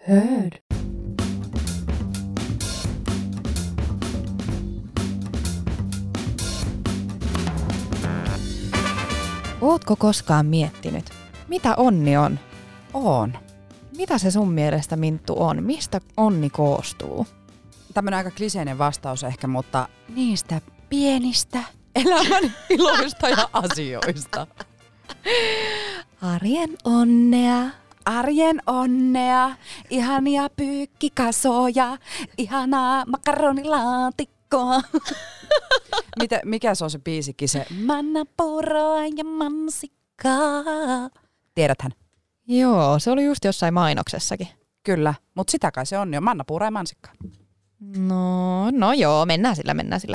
Heard. Ootko koskaan miettinyt, mitä onni on? On. Mitä se sun mielestä, Minttu, on? Mistä onni koostuu? Tämmöinen aika kliseinen vastaus ehkä, mutta niistä pienistä elämän iloista ja asioista. Arjen onnea. Arjen onnea, ihania pyykkikasoja, ihanaa makaronilaatikkoa. Mikä se on se biisikin, se mannapuroa ja mansikkaa? Tiedäthän. Joo, se oli just jossain mainoksessakin. Kyllä, mutta sitä kai se on jo, mannapuuroa ja mansikkaa. No joo, mennään sillä.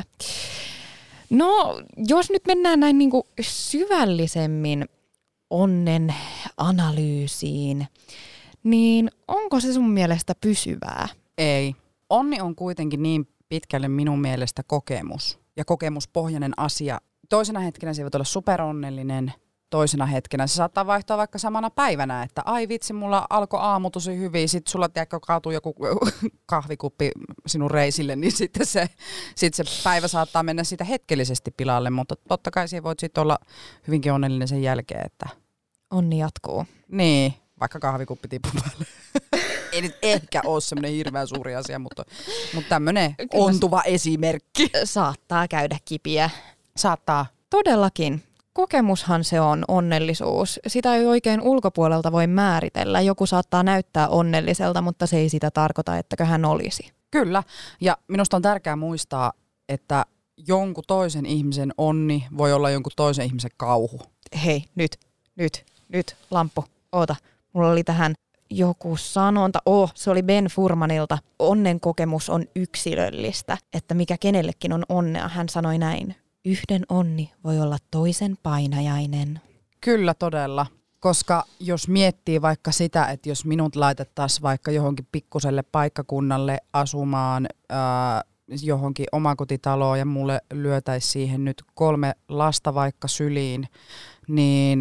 No, jos nyt mennään näin niinku syvällisemmin onnen analyysiin, niin onko se sun mielestä pysyvää? Ei. Onni on kuitenkin niin pitkälle minun mielestä kokemus ja kokemuspohjainen asia. Toisena hetkenä se voi olla superonnellinen, toisena hetkenä se saattaa vaihtua vaikka samana päivänä, että ai vitsi, mulla alkoi aamu tosi hyvin, sit sulla kaatuu joku kahvikuppi sinun reisille, niin sitten se päivä saattaa mennä siitä hetkellisesti pilalle, mutta totta kai siihen voit sitten olla hyvinkin onnellinen sen jälkeen, että onni jatkuu. Niin, vaikka kahvikuppi tippuu päälle. Ei nyt ehkä ole semmoinen hirveän suuri asia, mutta tämmöinen ontuva esimerkki. Saattaa käydä kipiä. Saattaa. Todellakin. Kokemushan se on onnellisuus. Sitä ei oikein ulkopuolelta voi määritellä. Joku saattaa näyttää onnelliselta, mutta se ei sitä tarkoita, ettäkö hän olisi. Kyllä. Ja minusta on tärkeää muistaa, että jonkun toisen ihmisen onni voi olla jonkun toisen ihmisen kauhu. Hei, nyt, lamppu, oota. Mulla oli tähän joku sanonta, se oli Ben Furmanilta. Onnen kokemus on yksilöllistä, että mikä kenellekin on onnea. Hän sanoi näin, yhden onni voi olla toisen painajainen. Kyllä todella, koska jos miettii vaikka sitä, että jos minut laitettaisiin vaikka johonkin pikkuselle paikkakunnalle asumaan johonkin omakotitaloon ja mulle lyötäisi siihen nyt 3 lasta vaikka syliin, niin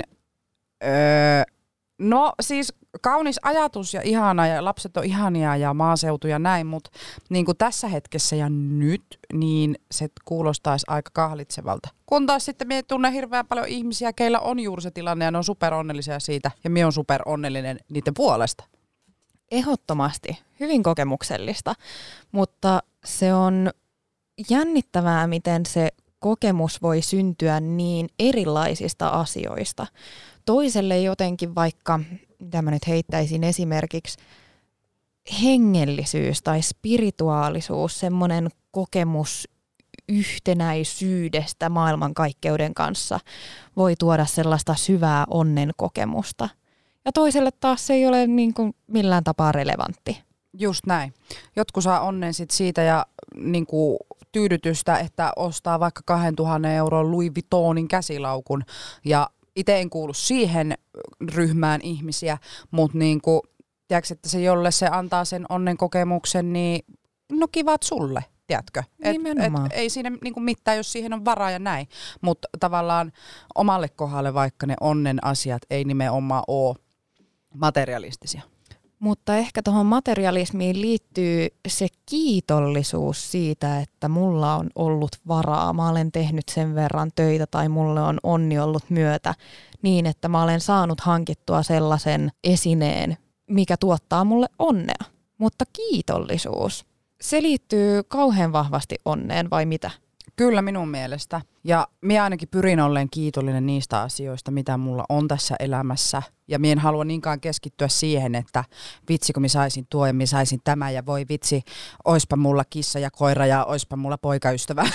no siis kaunis ajatus ja ihana ja lapset on ihania ja maaseutu ja näin, mutta niin kuin tässä hetkessä ja nyt, niin se kuulostaisi aika kahlitsevalta. Kun taas sitten minä tunnen hirveän paljon ihmisiä, keillä on juuri se tilanne ja ne on superonnellisia siitä ja minä on superonnellinen niiden puolesta. Ehdottomasti. Hyvin kokemuksellista, mutta se on jännittävää, miten se kokemus voi syntyä niin erilaisista asioista. Toiselle jotenkin vaikka, mitä mä nyt heittäisin esimerkiksi, hengellisyys tai spirituaalisuus, semmoinen kokemus yhtenäisyydestä maailmankaikkeuden kanssa voi tuoda sellaista syvää onnen kokemusta. Ja toiselle taas se ei ole niin kuin millään tapaa relevantti. Just näin. Jotkut saa onnen sit siitä ja niin kuin tyydytystä, että ostaa vaikka 2000 € Louis Vuittonin käsilaukun ja itse en kuulu siihen ryhmään ihmisiä, mutta niinku, tiedätkö, että se jolle se antaa sen onnen kokemuksen, niin no kivat sulle, tiedätkö? Et ei siinä niinku mitään, jos siihen on varaa ja näin, mutta tavallaan omalle kohdalle vaikka ne onnen asiat ei nimenomaan ole materialistisia. Mutta ehkä tuohon materialismiin liittyy se kiitollisuus siitä, että mulla on ollut varaa. Mä olen tehnyt sen verran töitä tai mulle on onni ollut myötä niin, että mä olen saanut hankittua sellaisen esineen, mikä tuottaa mulle onnea. Mutta kiitollisuus, se liittyy kauhean vahvasti onneen vai mitä? Kyllä minun mielestä. Ja minä ainakin pyrin olleen kiitollinen niistä asioista, mitä mulla on tässä elämässä. Ja minä en halua niinkaan keskittyä siihen, että vitsi kun minä saisin tuo ja minä saisin tämä ja voi vitsi, oispa mulla kissa ja koira ja oispa mulla poikaystävä.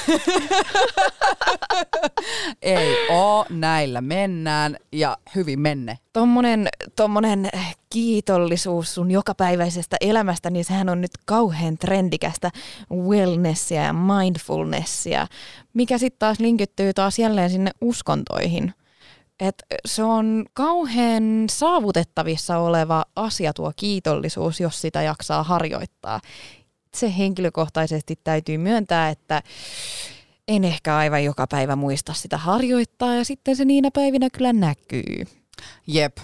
Ei oo, näillä mennään ja hyvin menne. Tommonen kiitollisuus sun jokapäiväisestä elämästä, niin sehän on nyt kauhean trendikästä wellnessia ja mindfulnessia, mikä sitten taas linkittyy taas jälleen sinne uskontoihin. Et se on kauhean saavutettavissa oleva asia tuo kiitollisuus, jos sitä jaksaa harjoittaa. Se henkilökohtaisesti täytyy myöntää, että en ehkä aivan joka päivä muista sitä harjoittaa ja sitten se niinä päivinä kyllä näkyy. Jep,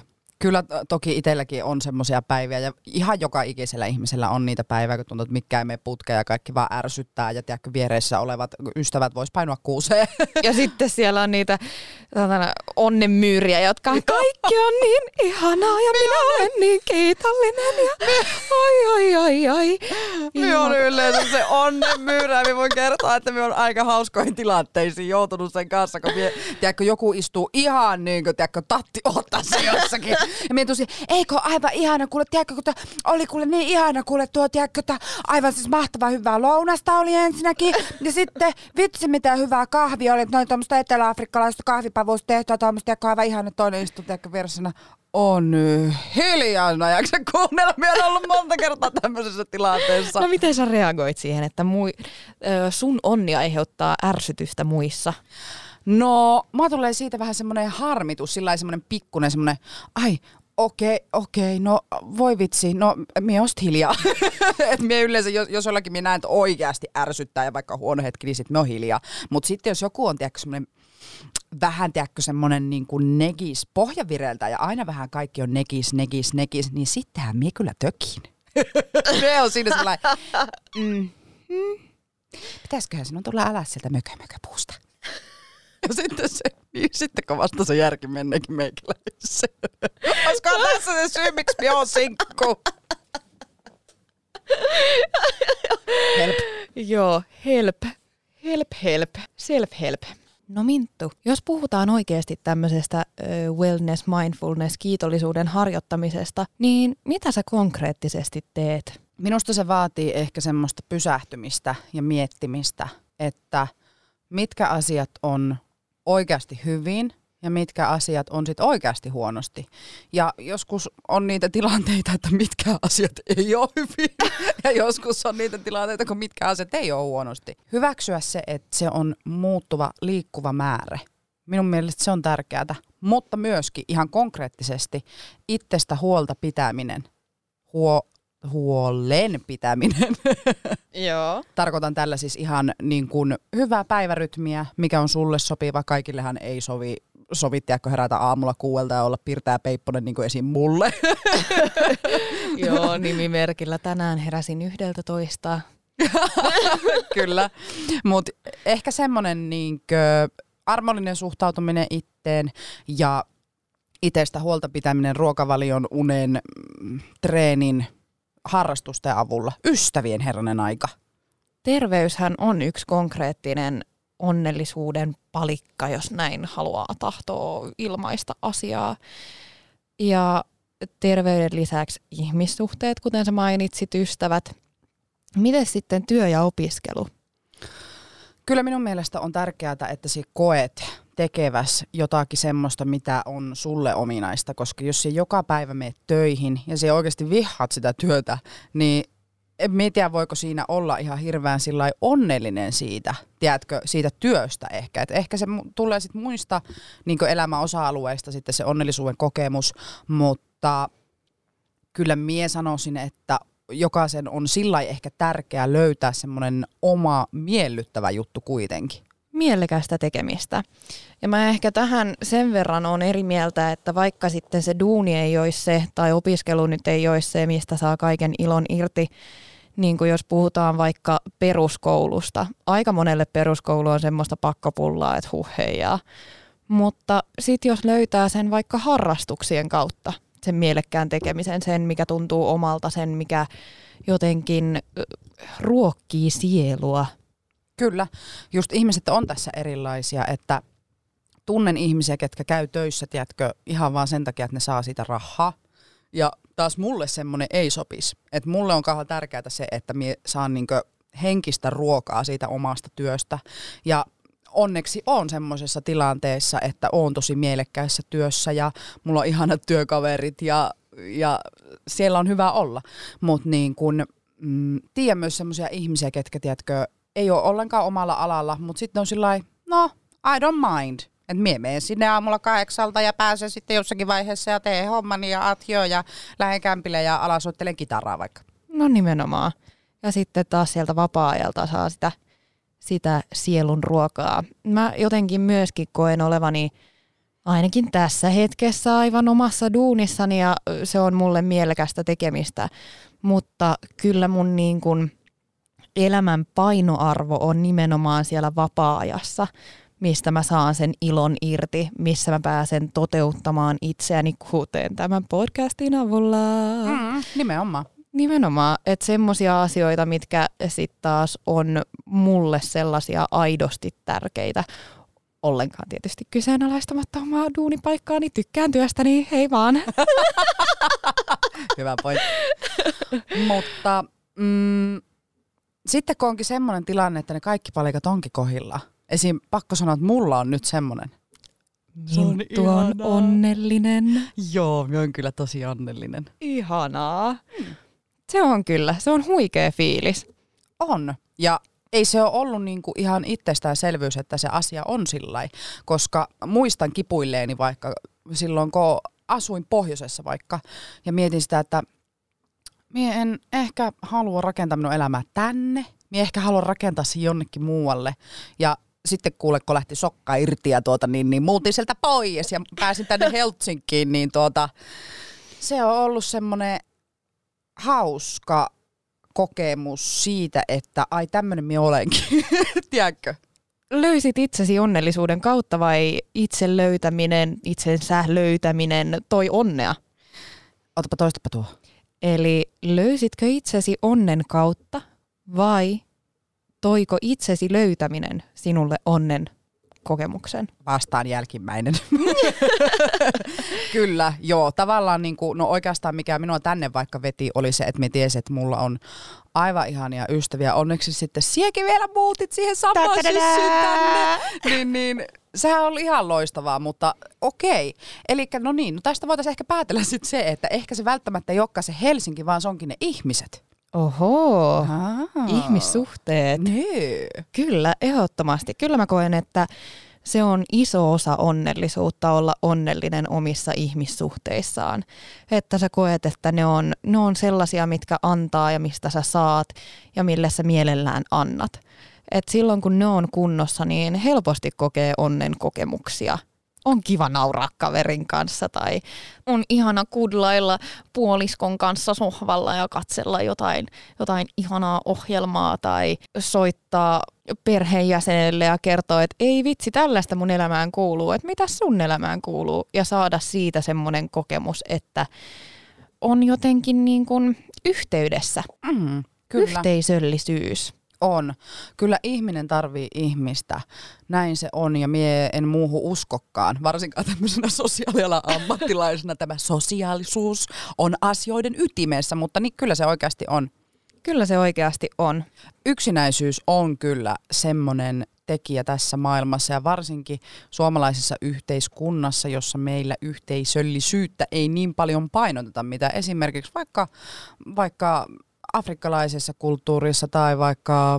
Kyllä toki itselläkin on semmoisia päiviä ja ihan joka ikisellä ihmisellä on niitä päiviä, kun tuntuu, että mikään ei mene putkeen ja kaikki vaan ärsyttää ja tiedätkö, viereissä olevat ystävät vois painua kuuseen. Ja sitten siellä on niitä onnenmyyriä, jotka kaikki on niin ihanaa ja minä olen niin kiitollinen ja ai. Minä on yleensä se onnenmyyrä. Minä voin kertoa, että minä olen aika hauskoihin tilanteisiin joutunut sen kanssa, kun tiedätkö, joku istuu ihan niin kuin tatti ottaa se jossakin. Ja minä tusin, eikö aivan ihana, kuule, tiedätkö, kun oli kuule niin ihana, kuule tuo, tiedätkö, aivan siis mahtavaa hyvää lounasta oli ensinnäkin. Ja sitten vitsi mitä hyvää kahvia oli, noin tuommoista etelä-afrikkalaista kahvipavuista tehtyä, tuommoista, tiedätkö, aivan ihana toinen istuu, tiedätkö, vieressäni. On hiljaa, jaksa kuunnella. Minä olen ollut monta kertaa tämmöisessä tilanteessa. No miten sä reagoit siihen, että sun onni aiheuttaa ärsytystä muissa? No, mä tulee siitä vähän semmoinen harmitus, sillä semmoinen pikkuinen semmoinen, ai, okei, no voi vitsi, no mie ost hiljaa. Että mie yleensä, jos jollakin mie näen, että oikeasti ärsyttää ja vaikka huono hetki, niin sit me on hiljaa. Mutta sitten jos joku on, tiedätkö, semmoinen vähän, tiedätkö, semmoinen niin kuin negis pohjavireltä ja aina vähän kaikki on negis, niin sittenhän mie kyllä tökin. Ne on siinä sellainen, pitäisiköhän sinun tulla alas sieltä mököpuusta. Ja sitten kun vasta se järki menneekin meikäläisessä. Olisikohan tässä se syy, miksi minä olen sinkku? Help. Joo, help. Self-help. No Minttu, jos puhutaan oikeasti tämmöisestä wellness, mindfulness, kiitollisuuden harjoittamisesta, niin mitä sä konkreettisesti teet? Minusta se vaatii ehkä semmoista pysähtymistä ja miettimistä, että mitkä asiat on oikeasti hyvin ja mitkä asiat on sit oikeasti huonosti. Ja joskus on niitä tilanteita, että mitkä asiat ei ole hyvin ja joskus on niitä tilanteita, kun mitkä asiat ei ole huonosti. Hyväksyä se, että se on muuttuva, liikkuva määrä. Minun mielestä se on tärkeää, mutta myöskin ihan konkreettisesti itsestä huolta pitäminen. Huolen pitäminen. Joo. Tarkoitan tällä siis ihan niin kuin hyvää päivärytmiä, mikä on sulle sopiva. Kaikillehan ei sovi tiedätkö, herätä aamulla 6 ja olla Pirtä ja Peipponen niin kuin esim. Mulle. Joo, nimimerkillä tänään heräsin 11. Kyllä, mutta ehkä semmoinen niinkö armollinen suhtautuminen itteen ja itsestä huolta pitäminen ruokavalion, unen, treenin, harrastusten avulla. Ystävien herranen aika. Terveyshän on yksi konkreettinen onnellisuuden palikka, jos näin haluaa tahtoa ilmaista asiaa. Ja terveyden lisäksi ihmissuhteet, kuten sä mainitsit, ystävät. Miten sitten työ ja opiskelu? Kyllä minun mielestä on tärkeää, että sä koet tekeväs jotakin semmoista, mitä on sulle ominaista, koska jos sä joka päivä meet töihin ja sä oikeasti vihaat sitä työtä, niin en tiedä, voiko siinä olla ihan hirveän sillai onnellinen siitä, tiedätkö, siitä työstä ehkä. Et ehkä se tulee sitten muista niin elämän osa-alueista sitten se onnellisuuden kokemus, mutta kyllä mie sanoisin, että jokaisen on sillai ehkä tärkeää löytää semmoinen oma miellyttävä juttu kuitenkin. Mielekästä tekemistä. Ja mä ehkä tähän sen verran on eri mieltä, että vaikka sitten se duuni ei olisi se, tai opiskelu nyt ei olisi se, mistä saa kaiken ilon irti, niin kuin jos puhutaan vaikka peruskoulusta. Aika monelle peruskoulu on semmoista pakkopullaa, että heijaa. Mutta sitten jos löytää sen vaikka harrastuksien kautta, sen mielekkään tekemisen, sen mikä tuntuu omalta, sen mikä jotenkin ruokkii sielua. Kyllä. Just ihmiset on tässä erilaisia, että tunnen ihmisiä, ketkä käy töissä, tiedätkö, ihan vaan sen takia, että ne saa siitä rahaa. Ja taas mulle semmoinen ei sopisi. Että mulle on kauhean tärkeää se, että mie saan niinkö henkistä ruokaa siitä omasta työstä. Ja onneksi on semmoisessa tilanteessa, että oon tosi mielekkäissä työssä ja mulla on ihanat työkaverit ja siellä on hyvä olla. Mutta niin kun tiedän myös semmoisia ihmisiä, ketkä tiedätkö, ei ole ollenkaan omalla alalla, mutta sitten on sillain, no, I don't mind. Että mie menen sinne aamulla 8 ja pääsen sitten jossakin vaiheessa ja teen hommani ja atjo ja lähden kämpille ja alasoittelen kitaraa vaikka. No nimenomaan. Ja sitten taas sieltä vapaa-ajalta saa sitä sielun ruokaa. Mä jotenkin myöskin koen olevani ainakin tässä hetkessä aivan omassa duunissani ja se on mulle mielekästä tekemistä, mutta kyllä mun niin kuin elämän painoarvo on nimenomaan siellä vapaa-ajassa, mistä mä saan sen ilon irti, missä mä pääsen toteuttamaan itseäni, kuten tämän podcastin avulla. Nimenomaan. Nimenomaan, että semmoisia asioita, mitkä sitten taas on mulle sellaisia aidosti tärkeitä, ollenkaan tietysti kyseenalaistamatta omaa duunipaikkaani, tykkään työstäni, hei vaan. Hyvä pointti. Mutta sitten kun onkin semmoinen tilanne, että ne kaikki palikat onkin kohdilla. Esim. Pakko sanoa, että mulla on nyt semmoinen. Minttu on onnellinen. Joo, mä oon kyllä tosi onnellinen. Ihanaa. Se on kyllä, se on huikea fiilis. On. Ja ei se ole ollut niinku ihan itsestäänselvyys, että se asia on sillai, koska muistan kipuilleeni vaikka silloin, kun asuin pohjoisessa vaikka, ja mietin sitä, että mie en ehkä halua rakentaa minun elämää tänne, mie ehkä haluan rakentaa se jonnekin muualle, ja sitten kuule, kun lähti sokka irti ja niin muutin sieltä pois ja pääsin tänne Helsinkiin, niin se on ollut semmoinen hauska kokemus siitä, että ai tämmönen minä olenkin, tiedätkö? Löysit itsesi onnellisuuden kautta vai itse löytäminen, itsensä löytäminen toi onnea? Otapa toistapa tuo. Eli löysitkö itsesi onnen kautta vai toiko itsesi löytäminen sinulle onnen kokemuksen? Vastaan jälkimmäinen. Kyllä, joo. Tavallaan no oikeastaan mikä minua tänne vaikka veti oli se, että me tiesin, että mulla on aivan ihania ystäviä. Onneksi sitten siekin vielä muutit siihen samaan syssyyn tänne. Niin, sehän oli ihan loistavaa, mutta okei. Eli tästä voitaisiin ehkä päätellä sitten se, että ehkä se välttämättä ei olekaan se Helsinki, vaan se onkin ne ihmiset. Oho, ihmissuhteet. Nee. Kyllä, ehdottomasti. Kyllä mä koen, että se on iso osa onnellisuutta olla onnellinen omissa ihmissuhteissaan. Että sä koet, että ne on sellaisia, mitkä antaa ja mistä sä saat ja mille sä mielellään annat. Et silloin kun ne on kunnossa, niin helposti kokee onnen kokemuksia. On kiva nauraa kaverin kanssa tai on ihana kudlailla puoliskon kanssa sohvalla ja katsella jotain ihanaa ohjelmaa tai soittaa perheenjäsenelle ja kertoa, että ei vitsi, tällaista mun elämään kuuluu, että mitä sun elämään kuuluu ja saada siitä semmoinen kokemus, että on jotenkin niin kuin yhteydessä. Kyllä. Yhteisöllisyys. On. Kyllä ihminen tarvii ihmistä. Näin se on ja mie en muuhun uskokkaan. Varsinkaan tämmöisenä sosiaalialan ammattilaisena tämä sosiaalisuus on asioiden ytimessä, mutta niin kyllä se oikeasti on. Kyllä se oikeasti on. Yksinäisyys on kyllä semmoinen tekijä tässä maailmassa ja varsinkin suomalaisessa yhteiskunnassa, jossa meillä yhteisöllisyyttä ei niin paljon painoteta, mitä esimerkiksi vaikka afrikkalaisessa kulttuurissa tai vaikka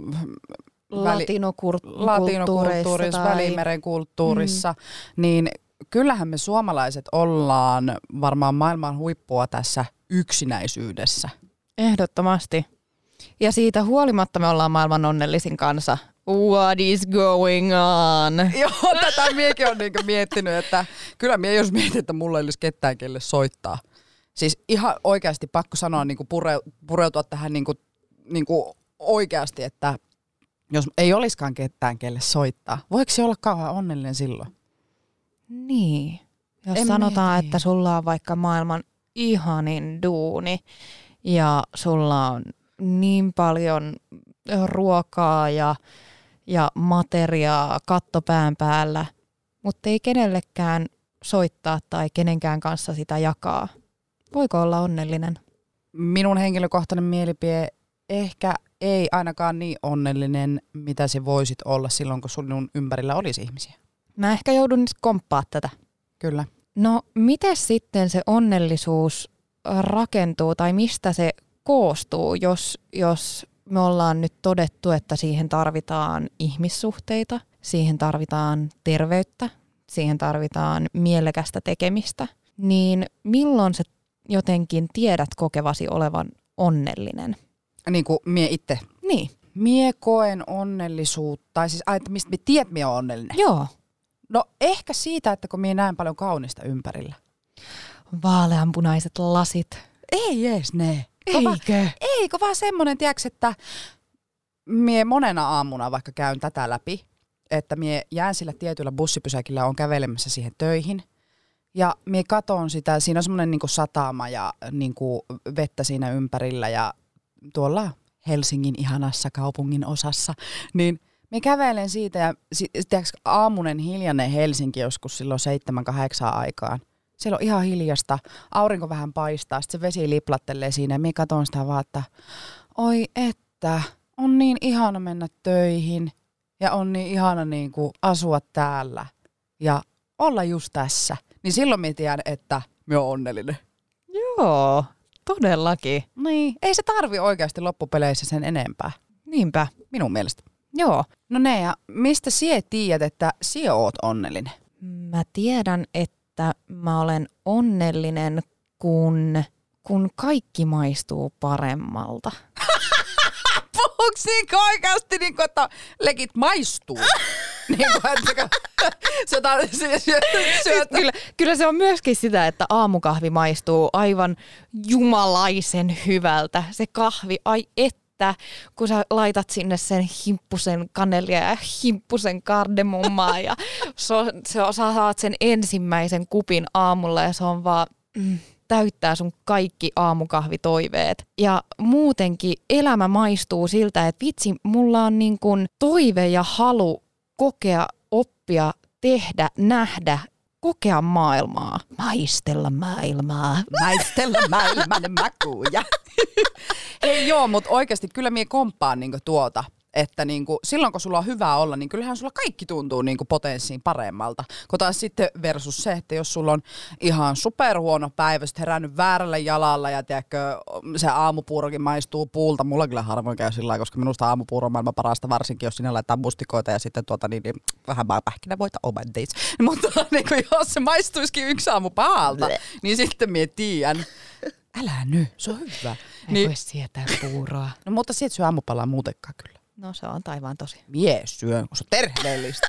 latinokulttuurissa, Välimeren kulttuurissa, niin kyllähän me suomalaiset ollaan varmaan maailman huippua tässä yksinäisyydessä. Ehdottomasti. Ja siitä huolimatta me ollaan maailman onnellisin kansa. What is going on? Joo, tätä miekin on niinku miettinyt, että kyllä mie jos mietin, että mulla ei olisi ketään, kelle soittaa. Siis ihan oikeasti pakko sanoa, niinku pureutua tähän niinku oikeasti, että jos ei olisikaan ketään, kelle soittaa, voiko se olla kauhean onnellinen silloin? Niin. Jos sanotaan, että sulla on vaikka maailman ihanin duuni ja sulla on niin paljon ruokaa ja materiaa katto pään päällä, mutta ei kenellekään soittaa tai kenenkään kanssa sitä jakaa. Voiko olla onnellinen? Minun henkilökohtainen mielipide ehkä ei ainakaan niin onnellinen, mitä se voisit olla silloin, kun sinun ympärillä olisi ihmisiä. Mä ehkä joudun nyt komppaa tätä. Kyllä. No, miten sitten se onnellisuus rakentuu tai mistä se koostuu, jos me ollaan nyt todettu, että siihen tarvitaan ihmissuhteita, siihen tarvitaan terveyttä, siihen tarvitaan mielekästä tekemistä, niin milloin sä jotenkin tiedät kokevasi olevan onnellinen? Niin kuin mie itse. Niin. Mie koen onnellisuutta, tai siis että mistä mie tiedät, mie on onnellinen. Joo. No ehkä siitä, että kun minä näen paljon kaunista ympärillä. Vaaleanpunaiset lasit. Ei ees ne. Eikö? Eikö vaan semmonen, tiiäks, että mie monena aamuna vaikka käyn tätä läpi, että mie jään sillä tietyllä bussipysäkillä, on kävelemässä siihen töihin. Ja mie katon sitä, siinä on semmoinen niinku satama ja niinku vettä siinä ympärillä ja tuolla Helsingin ihanassa kaupungin osassa, niin mie kävelen siitä ja tiiäks, aamunen hiljainen Helsinki joskus silloin 7-8 aikaan. Siellä on ihan hiljasta, aurinko vähän paistaa, sitten se vesi liplattelee siinä ja mie katon sitä vaan, että oi että, on niin ihana mennä töihin ja on niin ihana niinku asua täällä ja olla just tässä. Niin silloin mie tiedän, että mie oon onnellinen. Joo, todellakin. Niin, ei se tarvi oikeasti loppupeleissä sen enempää. Niinpä. Minun mielestä. Joo. No ne, ja mistä sie tiedät, että sie oot onnellinen? Mä tiedän, että mä olen onnellinen, kun kaikki maistuu paremmalta. Puhuuks niinku oikeasti, niinku, että legit maistuu? Niinku, että Kyllä se on myöskin sitä, että aamukahvi maistuu aivan jumalaisen hyvältä. Se kahvi, ai että, kun sä laitat sinne sen himppusen kanelia ja himppusen kardemummaa ja sä saat sen ensimmäisen kupin aamulla ja se on vaan täyttää sun kaikki aamukahvitoiveet. Ja muutenkin elämä maistuu siltä, että vitsi, mulla on niin kuin toive ja halu kokea, oppia, tehdä, nähdä, kokea maailmaa. Maistella maailmaa. Maistella maailman makuja. Ei joo, mutta oikeasti kyllä mie komppaan niinku tuota. Että niinku, silloin kun sulla on hyvä olla, niin kyllähän sulla kaikki tuntuu niinku potenssiin paremmalta. Kun taas sitten versus se, että jos sulla on ihan superhuono päivä, sit herännyt väärällä jalalla ja tiedätkö, se aamupuurokin maistuu puulta. Mulla kyllä harvoin käy sillä lailla, koska minusta aamupuuro on maailman parasta, varsinkin jos sinne laittaa mustikoita ja sitten niin vähän pähkinävoita oh my days. Mutta niinku, jos se maistuisikin yksi aamu pahalta, niin sitten mie tiedän. Älä nyt, se on hyvä. Ei voi sietää puuroa. No mutta sit syö aamupalaa muutenkaan kyllä. No se on taivaan tosi. Mie syön, kun se on terveellistä.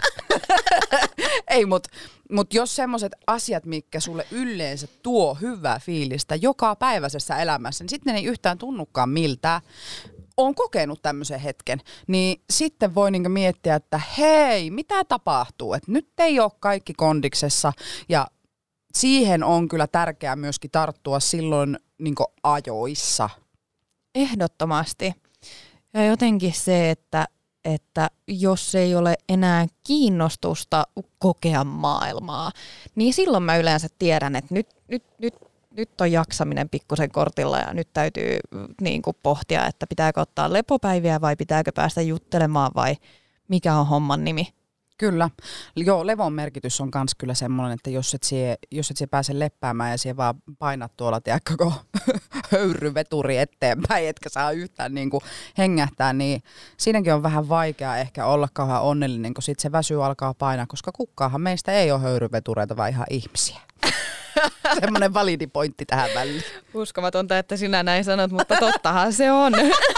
Ei, mut jos semmoiset asiat, mitkä sulle yleensä tuo hyvää fiilistä joka päiväisessä elämässä, niin sitten ne ei yhtään tunnukaan miltään. Oon kokenut tämmöisen hetken, niin sitten voi niinku miettiä, että hei, mitä tapahtuu? Et nyt ei ole kaikki kondiksessa ja siihen on kyllä tärkeää myöskin tarttua silloin niinku ajoissa. Ehdottomasti. Ja jotenkin se, että jos ei ole enää kiinnostusta kokea maailmaa, niin silloin mä yleensä tiedän, että nyt on jaksaminen pikkusen kortilla ja nyt täytyy niin kuin pohtia, että pitääkö ottaa lepopäiviä vai pitääkö päästä juttelemaan vai mikä on homman nimi. Kyllä. Joo, levon merkitys on kans kyllä semmoinen, että jos et sie pääse leppäämään ja sie vaan painat tuolla koko höyryveturi eteenpäin, etkä saa yhtään niin kuin hengähtää, niin siinäkin on vähän vaikea ehkä olla kauhean onnellinen, kun sitten se väsy alkaa painaa, koska kukkaahan meistä ei ole höyryvetureita, vaan ihan ihmisiä. Semmoinen validi pointti tähän väliin. Uskomatonta, että sinä näin sanot, mutta tottahan se on.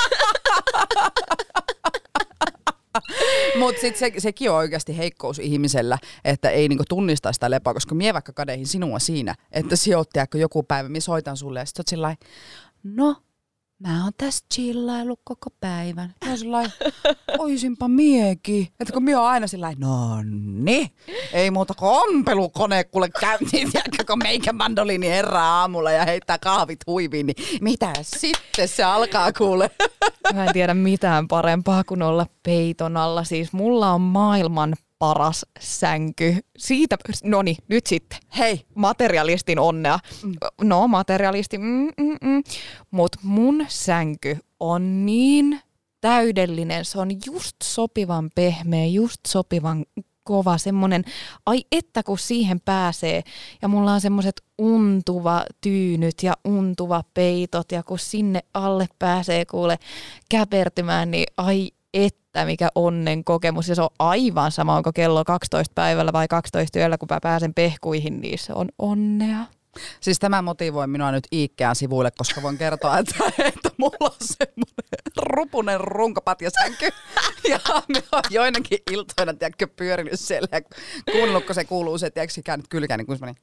Mutta sitten sekin on oikeasti heikkous ihmisellä, että ei niinku tunnista sitä lepoa, koska mie vaikka kadeihin sinua siinä, että sijoittajako joku päivä, minä soitan sulle ja sitten oot sillai, no mä oon tässä chillailu koko päivän. Ja sillai, oisinpa miekin. Että kun mie oon aina sillai, nonni, ei muuta kuin ompelukone kuule käyntiin, tiedätkö, kun meikä mandoliini herää aamulla ja heittää kahvit huiviin, niin mitä sitten se alkaa kuule. Mä en tiedä mitään parempaa kuin olla peiton alla. Siis mulla on maailman paras sänky. Siitä, noni, nyt sitten. Hei. Materialistin onnea. No, materialisti, mut mun sänky on niin täydellinen. Se on just sopivan pehmeä, just sopivan kova, semmonen, ai että kun siihen pääsee ja mulla on semmoiset untuva tyynyt ja untuva peitot ja kun sinne alle pääsee kuule käpertymään, niin ai että mikä onnen kokemus ja se on aivan sama, onko kello 12 päivällä vai 12 yöllä, kun mä pääsen pehkuihin, niin se on onnea. Siis tämä motivoi minua nyt Iikkeän sivuille, koska voin kertoa, että mulla on semmoinen rupunen runkopatjasänky. Ja me on joinakin iltoina, tiedätkö, pyörinyt siellä ja kuunnellut, kun se kuuluu se, tiedätkö, käynyt kylkään, niin kuin semmoinen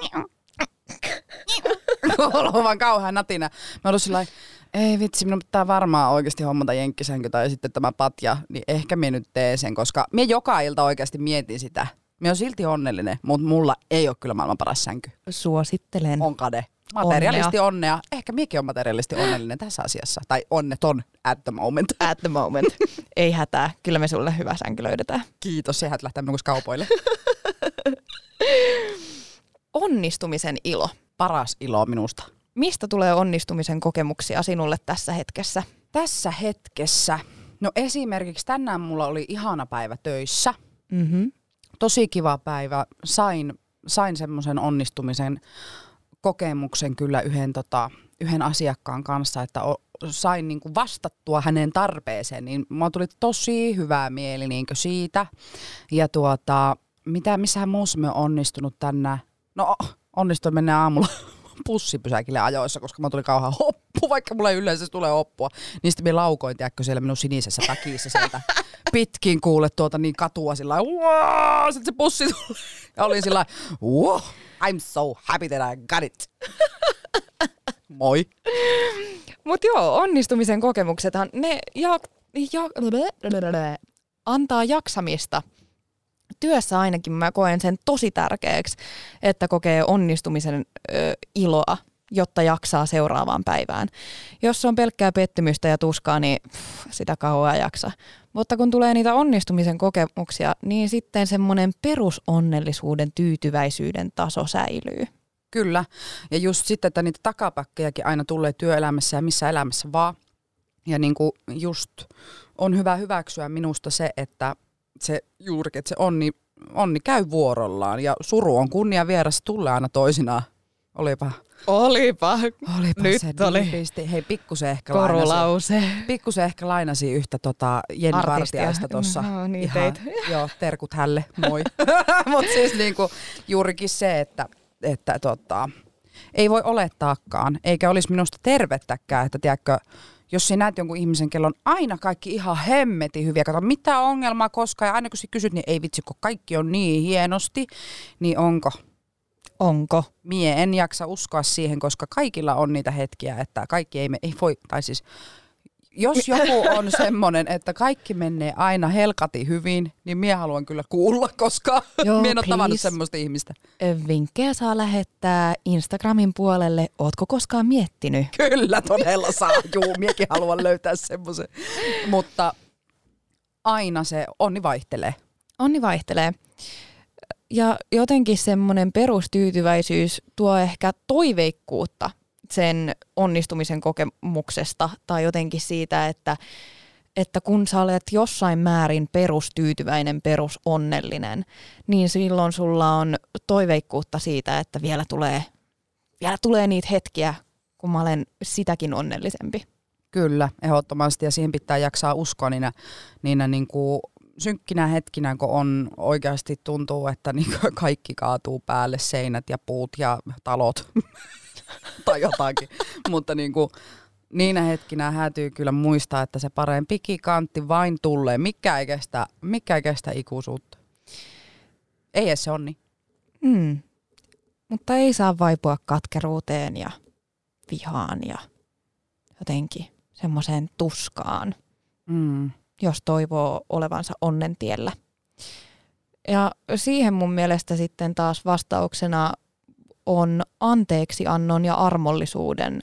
kuuluu vaan kauhean natina. Mä olin sillä ei vitsi, minun pitää varmaan oikeasti hommata jenkkisänky tai sitten tämä patja, niin ehkä minä nyt teen sen, koska minä joka ilta oikeasti mietin sitä. Minä olen silti onnellinen, mutta mulla ei ole kyllä maailman paras sänky. Suosittelen. On kade. Materialisti onnea. Ehkä minäkin olen materialisti onnellinen tässä asiassa. Tai onneton at the moment. At the moment. Ei hätää. Kyllä me sulle hyvä sänky löydetään. Kiitos. Sehän lähtee minun kaupoille. Onnistumisen ilo. Paras ilo minusta. Mistä tulee onnistumisen kokemuksia sinulle tässä hetkessä? Tässä hetkessä? No esimerkiksi tänään mulla oli ihana päivä töissä. Mm-hmm. Tosi kiva päivä. Sain semmoisen onnistumisen kokemuksen kyllä yhden asiakkaan kanssa, että sain niinku vastattua hänen tarpeeseen, niin mulla tuli tosi hyvä mieli niinkö siitä. Ja missähän muussa me on onnistunut tänään? No onnistuin mennä aamulla pussipysäkille ajoissa, koska mä tuli kauhean hoppu, vaikka mulla ei yleensä tule hoppua. Niin sitten mä laukoin, tiedätkö, siellä minun sinisessä takissa sieltä pitkin kuule niin katua sillä lailla, sitten se pussi tuli. Ja olin sillä wow, I'm so happy that I got it. Moi. Mut joo, onnistumisen kokemuksethan, ne antaa jaksamista. Työssä ainakin mä koen sen tosi tärkeäksi, että kokee onnistumisen iloa, jotta jaksaa seuraavaan päivään. Jos on pelkkää pettymystä ja tuskaa, niin sitä kauan jaksa. Mutta kun tulee niitä onnistumisen kokemuksia, niin sitten semmoinen perusonnellisuuden, tyytyväisyyden taso säilyy. Kyllä. Ja just sitten, että niitä takapakkejakin aina tulee työelämässä ja missä elämässä vaan. Ja niin kuin just on hyvä hyväksyä minusta se, että se juurikin, että se onni käy vuorollaan ja suru on kunnia vieressä, tulee aina toisinaan. Olipa Nyt se oli hei, pikkusen ehkä lainasi yhtä Jenni Vartiaista tuossa. Niin joo, terkut hälle, moi. Mutta siis niinku juurikin se, että ei voi olettaakaan, eikä olisi minusta tervettäkään, että tiedätkö, jos sinä näet jonkun ihmisen, kello on aina kaikki ihan hemmetin hyviä, kato mitä ongelmaa koskaan, ja aina kun sä kysyt, niin ei vitsi, kun kaikki on niin hienosti, niin onko? Onko? Mie en jaksa uskoa siihen, koska kaikilla on niitä hetkiä, että kaikki ei voi, tai siis jos joku on semmoinen, että kaikki menee aina helkati hyvin, niin mie haluan kyllä kuulla, koska mie en ole tavannut semmoista ihmistä. Vinkkejä saa lähettää Instagramin puolelle. Ootko koskaan miettinyt? Kyllä todella saa. Juu, miekin haluan löytää semmoisen. Mutta aina se onni vaihtelee. Onni vaihtelee. Ja jotenkin semmoinen perustyytyväisyys tuo ehkä toiveikkuutta sen onnistumisen kokemuksesta tai jotenkin siitä, että kun sä olet jossain määrin perustyytyväinen, perusonnellinen, niin silloin sulla on toiveikkuutta siitä, että vielä tulee niitä hetkiä, kun mä olen sitäkin onnellisempi. Kyllä, ehdottomasti ja siihen pitää jaksaa uskoa niinä niin kuin synkkinä hetkinä, kun on oikeasti tuntuu, että niin kaikki kaatuu päälle, seinät ja puut ja talot tai jotakin, mutta niin kuin niinä hetkinä häätyy kyllä muistaa, että se parempi kantti vain tulee, mikä ei kestä ikuisuutta. Ei edes se onni. Mutta ei saa vaipua katkeruuteen ja vihaan ja jotenkin semmoiseen tuskaan, jos toivoo olevansa onnen tiellä. Ja siihen mun mielestä sitten taas vastauksena on anteeksiannon ja armollisuuden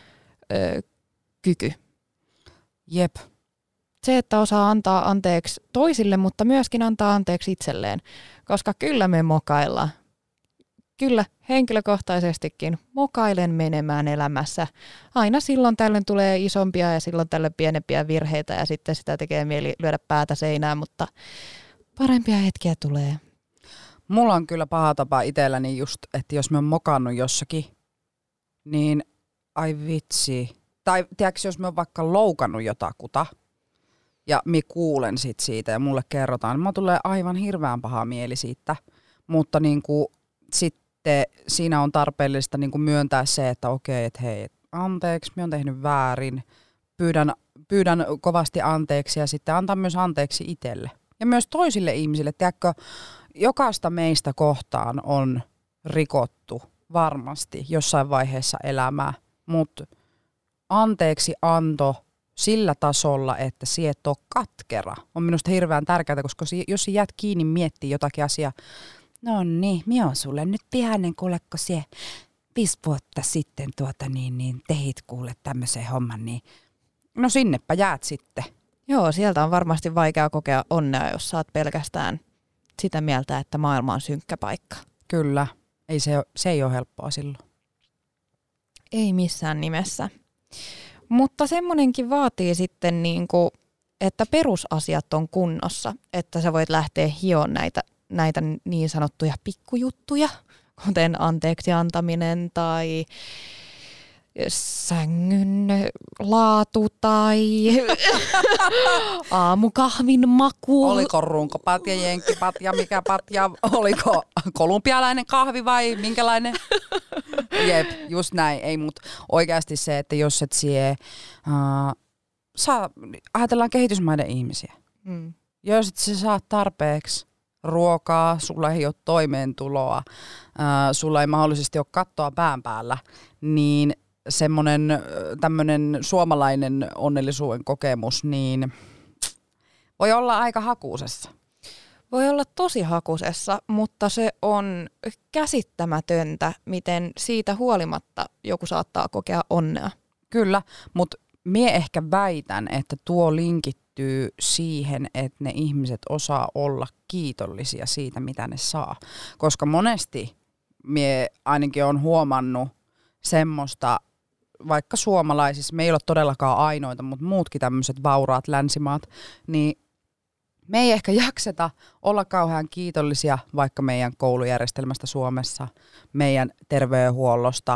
kyky. Jep. Se, että osaa antaa anteeksi toisille, mutta myöskin antaa anteeksi itselleen, koska kyllä me mokaillaan. Kyllä, henkilökohtaisestikin mokailen menemään elämässä. Aina silloin tällöin tulee isompia ja silloin tällöin pienempiä virheitä ja sitten sitä tekee mieli lyödä päätä seinään, mutta parempia hetkiä tulee. Mulla on kyllä paha tapa itselläni just, että jos mä oon mokannut jossakin, niin ai vitsi. Tai tiedätkö, jos mä oon vaikka loukannut jotakuta ja mä kuulen siitä ja mulle kerrotaan, niin mulla tulee aivan hirveän paha mieli siitä. Mutta niin kuin sit sitten siinä on tarpeellista niin kuin myöntää se, että okei, että hei, anteeksi, minä olen tehnyt väärin, pyydän kovasti anteeksi ja sitten antaa myös anteeksi itselle. Ja myös toisille ihmisille, tiedätkö, jokaista meistä kohtaan on rikottu varmasti jossain vaiheessa elämää, mutta anteeksi anto sillä tasolla, että sinä et ole katkera, on minusta hirveän tärkeää, koska jos jäät kiinni miettii jotakin asiaa, no niin, minä on sulle nyt vihainen, kuule, kun sinä 5 vuotta sitten tehit kuule tämmöisen homman, niin no sinnepä jäät sitten. Joo, sieltä on varmasti vaikea kokea onnea, jos saat pelkästään sitä mieltä, että maailma on synkkä paikka. Kyllä, se ei ole helppoa silloin. Ei missään nimessä. Mutta semmoinenkin vaatii sitten, että perusasiat on kunnossa, että sä voit lähteä hioon näitä niin sanottuja pikkujuttuja, kuten anteeksi antaminen tai sängyn laatu tai aamukahvin maku. Oliko runkopat ja jenkkipat ja mikä pat ja oliko kolumbialainen kahvi vai minkälainen? Jep, just näin. Ei, mutta oikeasti se, että jos et ajatellaan kehitysmaiden ihmisiä. Jos et sä saa tarpeeksi ruokaa, sulla ei ole toimeentuloa, sulla ei mahdollisesti ole kattoa pään päällä, niin semmoinen tämmöinen suomalainen onnellisuuden kokemus, niin voi olla aika hakuusessa. Voi olla tosi hakusessa, mutta se on käsittämätöntä, miten siitä huolimatta joku saattaa kokea onnea. Kyllä, mutta mie ehkä väitän, että tuo linkittyy siihen, että ne ihmiset osaa olla kiitollisia siitä, mitä ne saa. Koska monesti mie ainakin on huomannut semmoista, vaikka suomalaisissa, me ei ole todellakaan ainoita, mutta muutkin tämmöiset vauraat länsimaat, niin me ei ehkä jakseta olla kauhean kiitollisia vaikka meidän koulujärjestelmästä Suomessa, meidän terveydenhuollosta,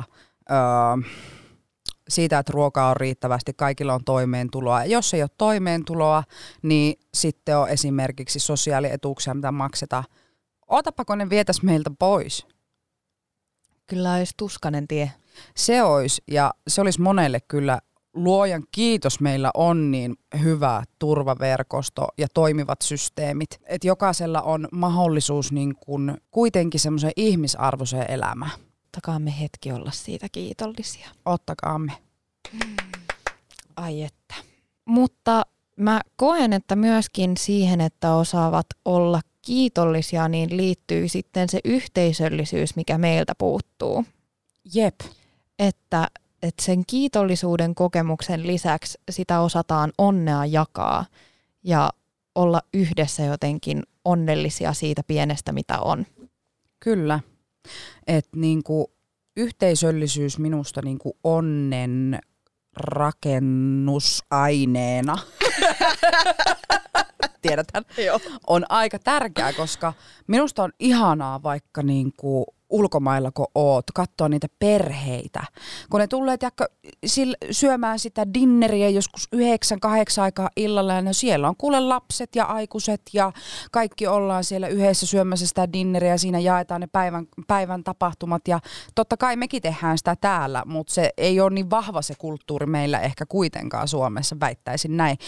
siitä, että ruokaa on riittävästi, kaikilla on toimeentuloa. Ja jos ei ole toimeentuloa, niin sitten on esimerkiksi sosiaalietuuksia, mitä maksetaan. Otapa, kun ne vietäisi meiltä pois. Kyllä olisi tuskainen tie. Se olisi, ja se olisi monelle kyllä, luojan kiitos, meillä on niin hyvä turvaverkosto ja toimivat systeemit, että jokaisella on mahdollisuus niin kuin kuitenkin semmoiseen ihmisarvoiseen elämään. Ottakaamme hetki olla siitä kiitollisia. Ottakaamme. Ai että. Mutta mä koen, että myöskin siihen, että osaavat olla kiitollisia, niin liittyy sitten se yhteisöllisyys, mikä meiltä puuttuu. Jep. Että sen kiitollisuuden kokemuksen lisäksi sitä osataan onnea jakaa ja olla yhdessä jotenkin onnellisia siitä pienestä, mitä on. Kyllä. Että niinku yhteisöllisyys minusta niinku onnen rakennusaineena, tiedäthän, on aika tärkeää, koska minusta on ihanaa vaikka niinku ulkomailla, kun oot, katsoa niitä perheitä. Kun ne tulee syömään sitä dinneriä joskus 9-8 aikaa illalla, ja no siellä on kuule lapset ja aikuiset ja kaikki ollaan siellä yhdessä syömässä sitä dinneriä ja siinä jaetaan ne päivän tapahtumat. Ja totta kai mekin tehdään sitä täällä, mutta se ei ole niin vahva se kulttuuri meillä ehkä kuitenkaan Suomessa, väittäisin näin.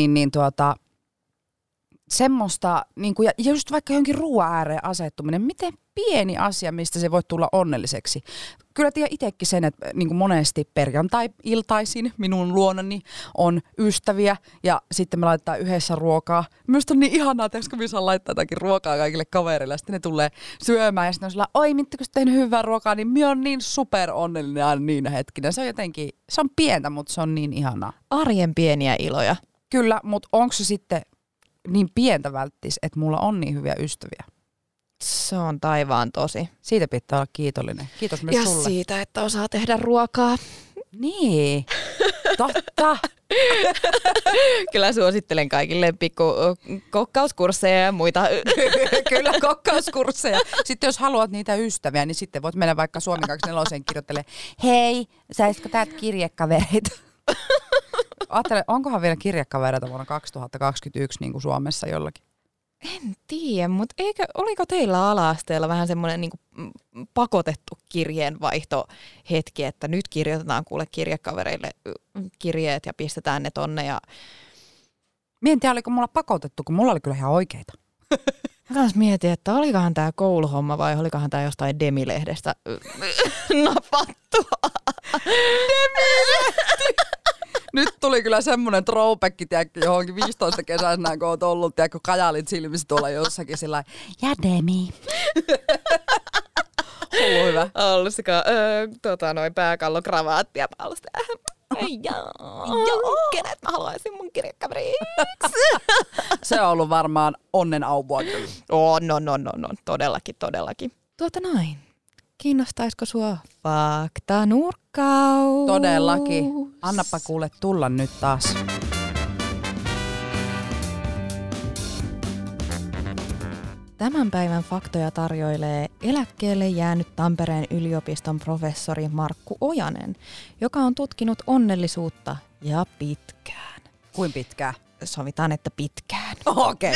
Semmoista, ja just vaikka jonkin ruoan ääreen asettuminen, miten pieni asia, mistä se voi tulla onnelliseksi. Kyllä tiedän itsekin sen, että monesti perjantai-iltaisin minun luonani on ystäviä ja sitten me laitetaan yhdessä ruokaa. Minusta on niin ihanaa, että kun minä saan laittaa jotakin ruokaa kaikille kavereille ja sitten ne tulee syömään ja sitten on sillä, oi mitkä kun tehnyt hyvää ruokaa, niin minä on niin super onnellinen aina niinä hetkinä. Se on jotenkin, se on pientä, mutta se on niin ihanaa. Arjen pieniä iloja. Kyllä, mutta onko se sitten niin pientä välttis, että mulla on niin hyviä ystäviä? Se on taivaan tosi. Siitä pitää olla kiitollinen. Kiitos myös sulle. Ja siitä, että osaa tehdä ruokaa. Niin, totta. Kyllä suosittelen kaikille pikku kokkauskursseja ja muita. Kyllä, kokkauskursseja. Sitten jos haluat niitä ystäviä, niin sitten voit mennä vaikka Suomi 24 kirjoittelemaan, hei, saisiko täältä kirjekavereita? Ajattele, onkohan vielä kirjekavereita vuonna 2021 niin kuin Suomessa jollakin? En tiedä, mutta oliko teillä ala-asteella vähän semmoinen niin kuin pakotettu kirjeenvaihtohetki, että nyt kirjoitetaan kuule kirjekavereille kirjeet ja pistetään ne tonne. Ja Mä en tiedä, oliko mulla pakotettu, kun mulla oli kyllä ihan oikeita. mä kans mietin, että olikohan tää kouluhomma vai olikohan tää jostain Demi-lehdestä napattua. Demi-lehti! Nyt tuli kyllä semmonen throwback, tiedätkö, johonkin 15 kesäisenä, kun oot ollut, tiedätkö, kajalit silmissä tuolla jossakin sillä ja Demi. Ollut hyvä. Ollisiko pääkallo-kravaatti ja palsta. Joo, kenet mä haluaisin mun kirjekaveriksi? Se on ollut varmaan onnen auvua kyllä. No, todellakin. Kiinnostaisiko sua faktanurkkaus? Todellakin. Annappa kuule tulla nyt taas. Tämän päivän faktoja tarjoilee eläkkeelle jäänyt Tampereen yliopiston professori Markku Ojanen, joka on tutkinut onnellisuutta ja pitkään. Kuin pitkään? Sovitaan, että pitkään. Okei.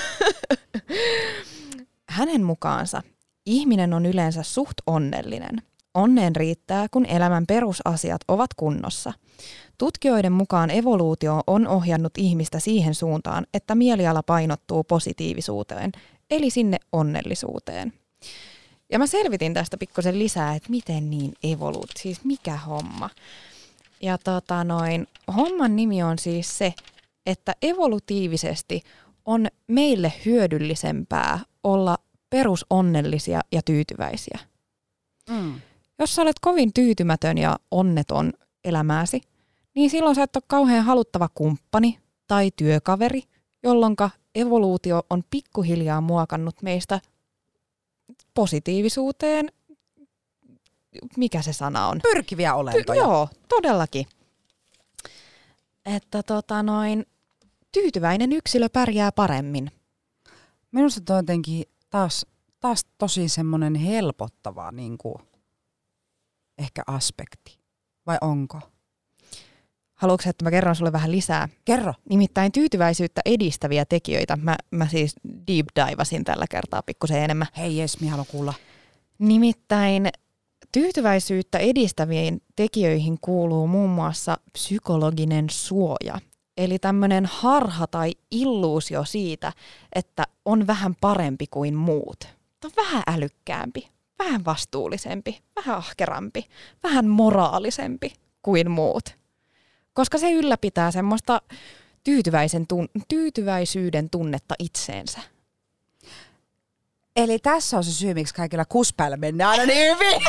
Hänen mukaansa ihminen on yleensä suht onnellinen. Onneen riittää, kun elämän perusasiat ovat kunnossa. Tutkijoiden mukaan evoluutio on ohjannut ihmistä siihen suuntaan, että mieliala painottuu positiivisuuteen, eli sinne onnellisuuteen. Ja mä selvitin tästä pikkusen lisää, että miten niin siis mikä homma. Ja homman nimi on siis se, että evolutiivisesti on meille hyödyllisempää olla perusonnellisia ja tyytyväisiä. Jos sä olet kovin tyytymätön ja onneton elämääsi, niin silloin sä et ole kauhean haluttava kumppani tai työkaveri, jolloin evoluutio on pikkuhiljaa muokannut meistä positiivisuuteen. Mikä se sana on? Pyrkiviä olentoja. Joo, todellakin. Että tyytyväinen yksilö pärjää paremmin. Minusta toi jotenkin taas tosi semmoinen helpottava ehkä aspekti. Vai onko? Haluatko, että mä kerron sulle vähän lisää? Kerro. Nimittäin tyytyväisyyttä edistäviä tekijöitä. Mä siis deep divasin tällä kertaa pikkusen enemmän. Hei jes, minä haluan kuulla. Nimittäin tyytyväisyyttä edistäviin tekijöihin kuuluu muun muassa psykologinen suoja. Eli tämmöinen harha tai illuusio siitä, että on vähän parempi kuin muut. On vähän älykkäämpi, vähän vastuullisempi, vähän ahkerampi, vähän moraalisempi kuin muut. Koska se ylläpitää semmoista tyytyväisyyden tunnetta itseensä. Eli tässä on se syy, miksi kaikilla kuspäillä mennään aina niin hyvin.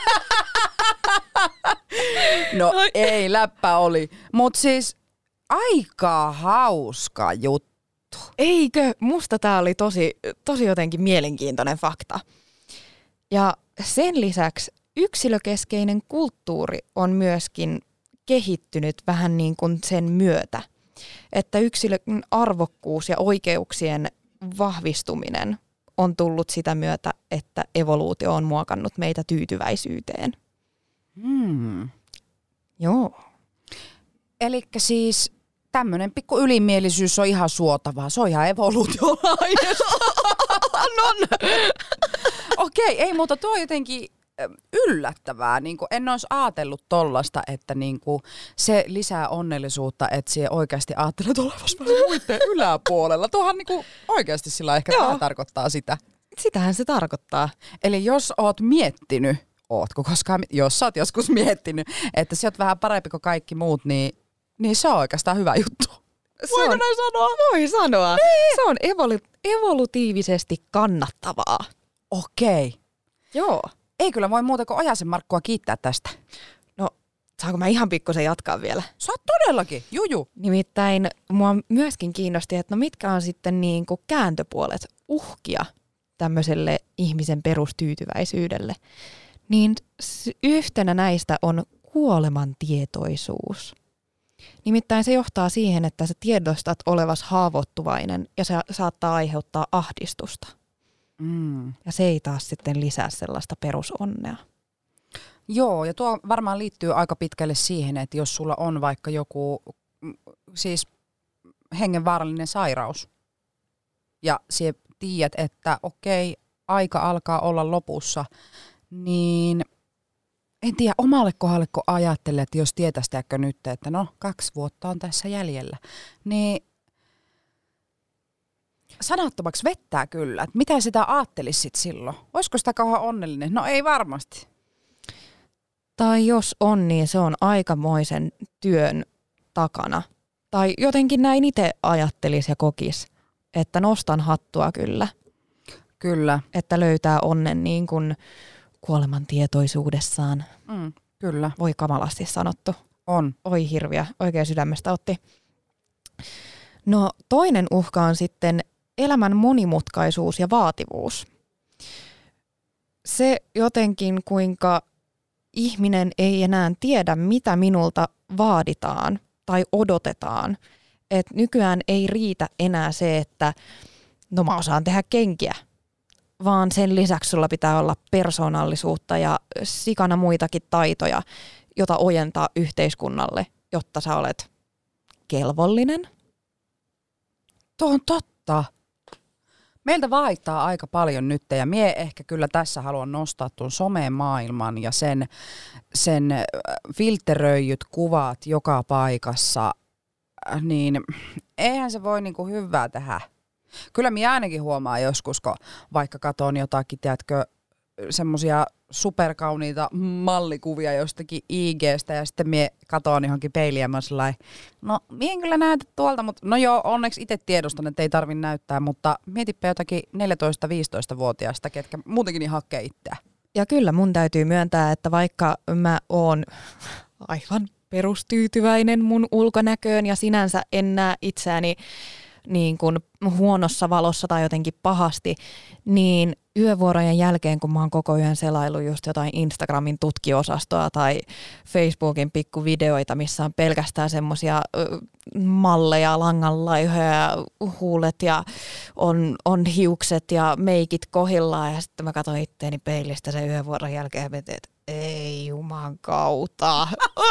No ei, läppä oli. Mutta siis aika hauska juttu. Eikö? Musta tää oli tosi jotenkin mielenkiintoinen fakta. Ja sen lisäksi yksilökeskeinen kulttuuri on myöskin kehittynyt vähän niin kuin sen myötä, että yksilön arvokkuus ja oikeuksien vahvistuminen on tullut sitä myötä, että evoluutio on muokannut meitä tyytyväisyyteen. Joo. Elikkä siis tämmönen pikku ylimielisyys on ihan suotavaa. Se on ihan evoluutiolaista. Okei, ei muuta, tuo jotenkin yllättävää. En olisi ajatellut tollasta, että se lisää onnellisuutta, että sie oikeasti ajattelet olevasi muiden yläpuolella. Tuohan oikeasti sillä ehkä tämä tarkoittaa sitä. Sitähän se tarkoittaa. Eli jos oot miettinyt, jos sä oot joskus miettinyt, että sä oot vähän parempi kuin kaikki muut, niin se on oikeastaan hyvä juttu. Voiko näin sanoa? Voi sanoa. Niin. Se on evolutiivisesti kannattavaa. Okei. Joo. Ei kyllä voi muuta kuin Ojasen Markkua kiittää tästä. No, saanko mä ihan pikkusen jatkaa vielä? Saat todellakin, juju. Nimittäin mua myöskin kiinnosti, että mitkä on sitten kääntöpuolet, uhkia tämmöiselle ihmisen perustyytyväisyydelle. Niin yhtenä näistä on kuolemantietoisuus. Nimittäin se johtaa siihen, että sä tiedostat olevas haavoittuvainen ja se saattaa aiheuttaa ahdistusta. Ja se ei taas sitten lisää sellaista perusonnea. Joo, ja tuo varmaan liittyy aika pitkälle siihen, että jos sulla on vaikka joku siis hengenvaarallinen sairaus ja sä tiedät, että okei, aika alkaa olla lopussa, niin en tiedä omalle kohdalleko ajattelee, että jos tietäisitkö nyt, että no 2 vuotta on tässä jäljellä, niin sanattomaksi vettää kyllä. Että mitä sitä ajattelisit silloin? Olisiko sitä kauhean onnellinen? No ei varmasti. Tai jos on, niin se on aikamoisen työn takana. Tai jotenkin näin itse ajattelisi ja kokisi, että nostan hattua kyllä. Kyllä. Että löytää onnen niin kuin kuoleman tietoisuudessaan. Kyllä. Voi kamalasti sanottu. On. Oi hirviä, oikein sydämestä otti. No toinen uhka on sitten elämän monimutkaisuus ja vaativuus. Se jotenkin, kuinka ihminen ei enää tiedä, mitä minulta vaaditaan tai odotetaan. Et nykyään ei riitä enää se, että no mä osaan tehdä kenkiä, vaan sen lisäksi sulla pitää olla persoonallisuutta ja sikana muitakin taitoja, jota ojentaa yhteiskunnalle, jotta sä olet kelvollinen. Tuo on totta. Meiltä vaihtaa aika paljon nyt ja mie ehkä kyllä tässä haluan nostaa tuon somemaailman ja sen filteröidyt kuvat joka paikassa, niin eihän se voi niinku hyvää tehdä. Kyllä minä ainakin huomaan joskus, kun vaikka katon jotakin, tiedätkö, semmosia superkauniita mallikuvia jostakin IG:stä ja sitten mie katon johonkin peiliin ja mä oon sellainen, no mie en kyllä näytä tuolta, mutta no joo, onneksi itse tiedostan, että ei tarvi näyttää, mutta mietipä jotakin 14-15-vuotiaista, ketkä muutenkin niin hakee itseä. Ja kyllä mun täytyy myöntää, että vaikka mä oon aivan perustyytyväinen mun ulkonäköön ja sinänsä en näe itseäni niin kuin huonossa valossa tai jotenkin pahasti, niin yövuorojen jälkeen, kun mä oon koko yön selailu just jotain Instagramin tutkiosastoa tai Facebookin pikkuvideoita, missä on pelkästään semmosia malleja, langanlaihoja ja huulet ja on hiukset ja meikit kohillaan ja sitten mä katson itteeni peilistä sen yövuoron jälkeen ja mietin, että ei juman kautta.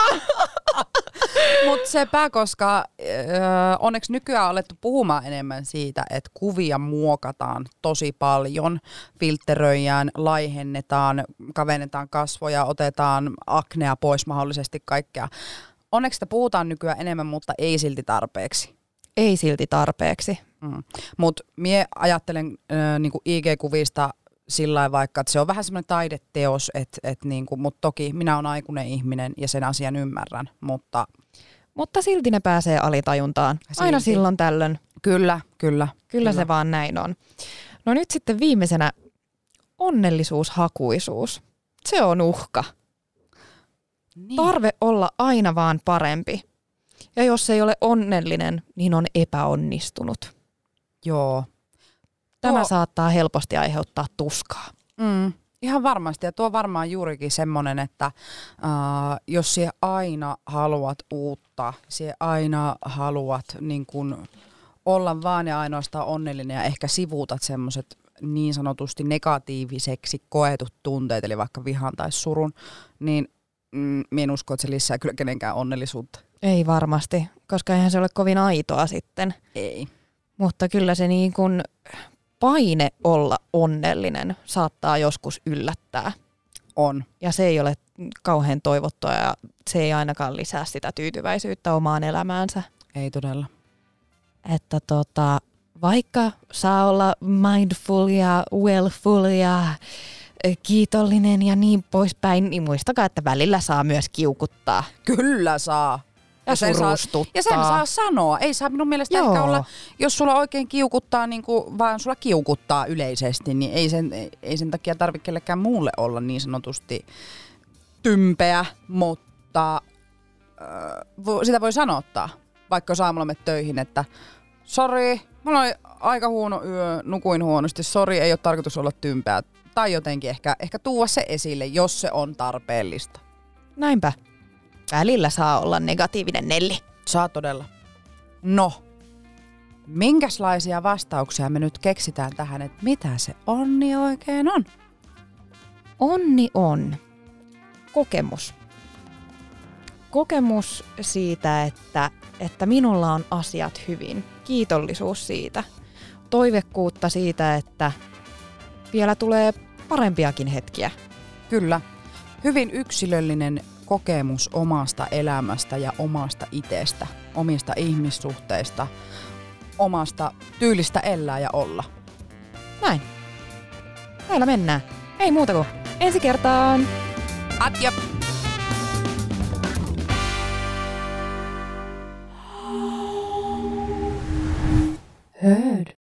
Mutta sepä, koska onneksi nykyään on alettu puhumaan enemmän siitä, että kuvia muokataan tosi paljon, filtteröijään, laihennetaan, kavennetaan kasvoja, otetaan aknea pois mahdollisesti kaikkea. Onneksi sitä puhutaan nykyään enemmän, mutta ei silti tarpeeksi. Ei silti tarpeeksi. Mutta mie ajattelen niinku IG-kuvista sillä vaikka, että se on vähän semmoinen taideteos, niinku, mutta toki minä olen aikuinen ihminen ja sen asian ymmärrän, mutta silti ne pääsee alitajuntaan. Silti. Aina silloin tällöin. Kyllä. Se vaan näin on. No nyt sitten viimeisenä onnellisuushakuisuus. Se on uhka. Niin. Tarve olla aina vaan parempi. Ja jos ei ole onnellinen, niin on epäonnistunut. Joo. Tämä saattaa helposti aiheuttaa tuskaa. Ihan varmasti. Ja tuo varmaan juurikin semmoinen, että jos sinä aina haluat uutta, sinä aina haluat niin kun olla vaan ja ainoastaan onnellinen ja ehkä sivuutat semmoiset niin sanotusti negatiiviseksi koetut tunteet, eli vaikka vihan tai surun, niin minä en usko, että se lisää kyllä kenenkään onnellisuutta. Ei varmasti, koska eihän se ole kovin aitoa sitten. Ei. Mutta kyllä se niin kuin paine olla onnellinen saattaa joskus yllättää. On. Ja se ei ole kauhean toivottua ja se ei ainakaan lisää sitä tyytyväisyyttä omaan elämäänsä. Ei todella. Että vaikka saa olla mindful ja willful ja kiitollinen ja niin poispäin, niin muistakaa, että välillä saa myös kiukuttaa. Kyllä saa. Ja surustuttaa. Ja sen saa sanoa. Ei saa minun mielestä ehkä olla, jos sulla oikein kiukuttaa, niin kuin, vaan sulla kiukuttaa yleisesti, niin ei sen takia tarvitse kellekään muulle olla niin sanotusti tympeä, mutta sitä voi sanottaa, vaikka jos aamulla menet töihin, että sori, mulla oli aika huono yö, nukuin huonosti, sori, ei ole tarkoitus olla tympeä. Tai jotenkin ehkä tuua se esille, jos se on tarpeellista. Näinpä. Välillä saa olla negatiivinen Nelli. Saa todella. No, minkälaisia vastauksia me nyt keksitään tähän, että mitä se onni oikein on? Onni on kokemus. Kokemus siitä, että minulla on asiat hyvin. Kiitollisuus siitä. Toivekkuutta siitä, että vielä tulee parempiakin hetkiä. Kyllä. Hyvin yksilöllinen kokemus omasta elämästä ja omasta itsestä, omista ihmissuhteista, omasta tyylistä elää ja olla. Näin. Näillä mennään. Ei muuta kuin ensi kertaan. Adjö! Heard.